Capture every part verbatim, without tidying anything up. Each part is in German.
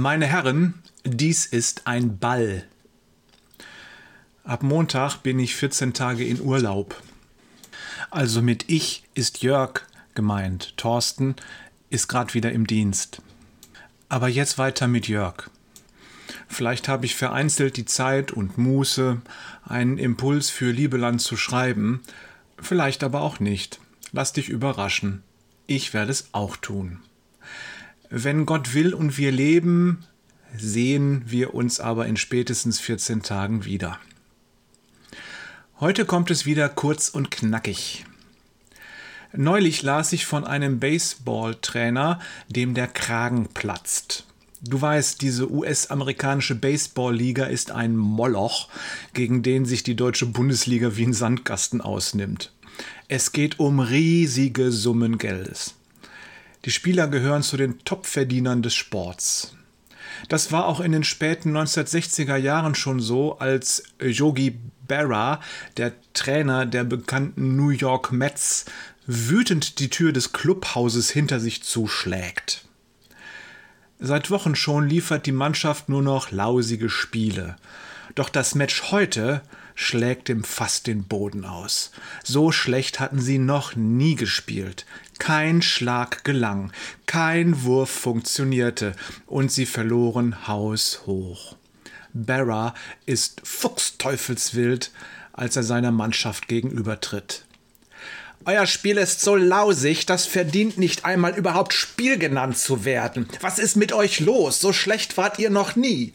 Meine Herren, dies ist ein Ball. Ab Montag bin ich vierzehn Tage in Urlaub. Also mit ich ist Jörg gemeint. Thorsten ist gerade wieder im Dienst. Aber jetzt weiter mit Jörg. Vielleicht habe ich vereinzelt die Zeit und Muße, einen Impuls für Liebeland zu schreiben. Vielleicht aber auch nicht. Lass dich überraschen. Ich werde es auch tun. Wenn Gott will und wir leben, sehen wir uns aber in spätestens vierzehn Tagen wieder. Heute kommt es wieder kurz und knackig. Neulich las ich von einem Baseballtrainer, dem der Kragen platzt. Du weißt, diese U S-amerikanische Baseballliga ist ein Moloch, gegen den sich die deutsche Bundesliga wie ein Sandkasten ausnimmt. Es geht um riesige Summen Geldes. Die Spieler gehören zu den Topverdienern des Sports. Das war auch in den späten neunzehnhundertsechziger Jahren schon so, als Yogi Berra, der Trainer der bekannten New York Mets, wütend die Tür des Clubhauses hinter sich zuschlägt. Seit Wochen schon liefert die Mannschaft nur noch lausige Spiele. Doch das Match heute schlägt dem Fass den Boden aus. So schlecht hatten sie noch nie gespielt. Kein Schlag gelang, kein Wurf funktionierte und sie verloren haushoch. Berra ist fuchsteufelswild, als er seiner Mannschaft gegenübertritt. Euer Spiel ist so lausig, das verdient nicht einmal überhaupt Spiel genannt zu werden. Was ist mit euch los? So schlecht wart ihr noch nie.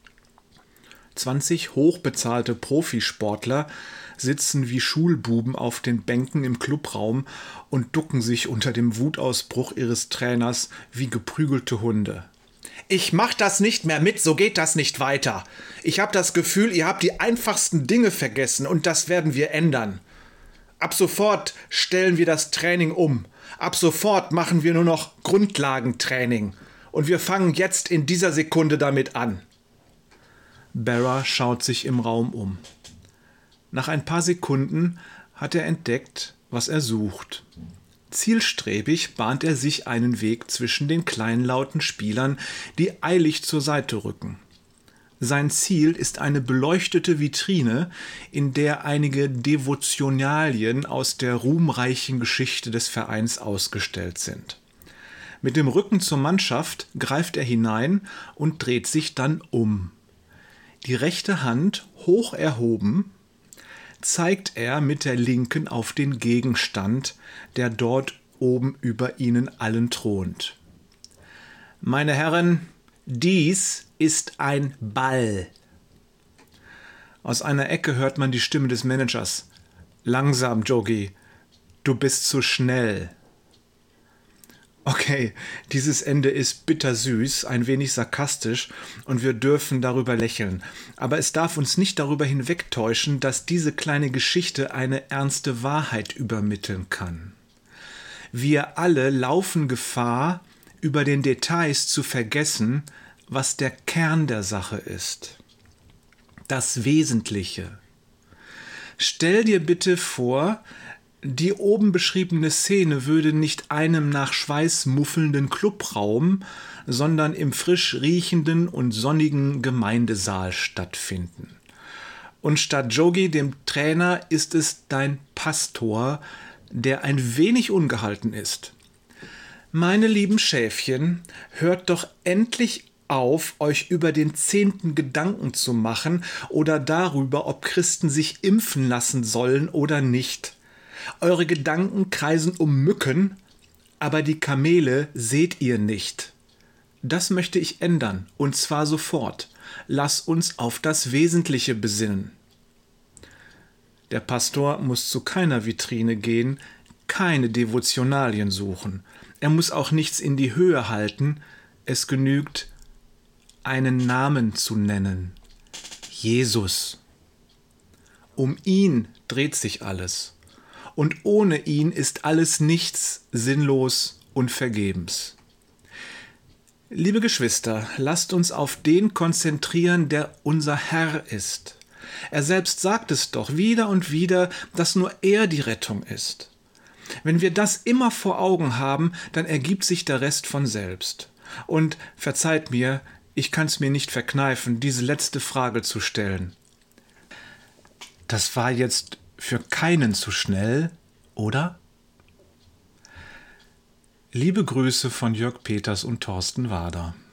zwanzig hochbezahlte Profisportler sitzen wie Schulbuben auf den Bänken im Clubraum und ducken sich unter dem Wutausbruch ihres Trainers wie geprügelte Hunde. Ich mach das nicht mehr mit, so geht das nicht weiter. Ich habe das Gefühl, ihr habt die einfachsten Dinge vergessen und das werden wir ändern. Ab sofort stellen wir das Training um. Ab sofort machen wir nur noch Grundlagentraining. Und wir fangen jetzt in dieser Sekunde damit an. Berra schaut sich im Raum um. Nach ein paar Sekunden hat er entdeckt, was er sucht. Zielstrebig bahnt er sich einen Weg zwischen den kleinlauten Spielern, die eilig zur Seite rücken. Sein Ziel ist eine beleuchtete Vitrine, in der einige Devotionalien aus der ruhmreichen Geschichte des Vereins ausgestellt sind. Mit dem Rücken zur Mannschaft greift er hinein und dreht sich dann um. Die rechte Hand hoch erhoben, zeigt er mit der linken auf den Gegenstand, der dort oben über ihnen allen thront. Meine Herren, dies ist ein Ball. Aus einer Ecke hört man die Stimme des Managers. Langsam, Yogi, du bist zu schnell. Okay, dieses Ende ist bittersüß, ein wenig sarkastisch und wir dürfen darüber lächeln. Aber es darf uns nicht darüber hinwegtäuschen, dass diese kleine Geschichte eine ernste Wahrheit übermitteln kann. Wir alle laufen Gefahr, über den Details zu vergessen, was der Kern der Sache ist. Das Wesentliche. Stell dir bitte vor, die oben beschriebene Szene würde nicht einem nach Schweiß muffelnden Clubraum, sondern im frisch riechenden und sonnigen Gemeindesaal stattfinden. Und statt Yogi, dem Trainer, ist es dein Pastor, der ein wenig ungehalten ist. Meine lieben Schäfchen, hört doch endlich auf, euch über den Zehnten Gedanken zu machen oder darüber, ob Christen sich impfen lassen sollen oder nicht. Eure Gedanken kreisen um Mücken, aber die Kamele seht ihr nicht. Das möchte ich ändern, und zwar sofort. Lass uns auf das Wesentliche besinnen. Der Pastor muss zu keiner Vitrine gehen, keine Devotionalien suchen. Er muss auch nichts in die Höhe halten. Es genügt, einen Namen zu nennen. Jesus. Um ihn dreht sich alles. Und ohne ihn ist alles nichts, sinnlos und vergebens. Liebe Geschwister, lasst uns auf den konzentrieren, der unser Herr ist. Er selbst sagt es doch wieder und wieder, dass nur er die Rettung ist. Wenn wir das immer vor Augen haben, dann ergibt sich der Rest von selbst. Und verzeiht mir, ich kann's mir nicht verkneifen, diese letzte Frage zu stellen. Das war jetzt für keinen zu schnell, oder? Liebe Grüße von Jörg Peters und Thorsten Wader.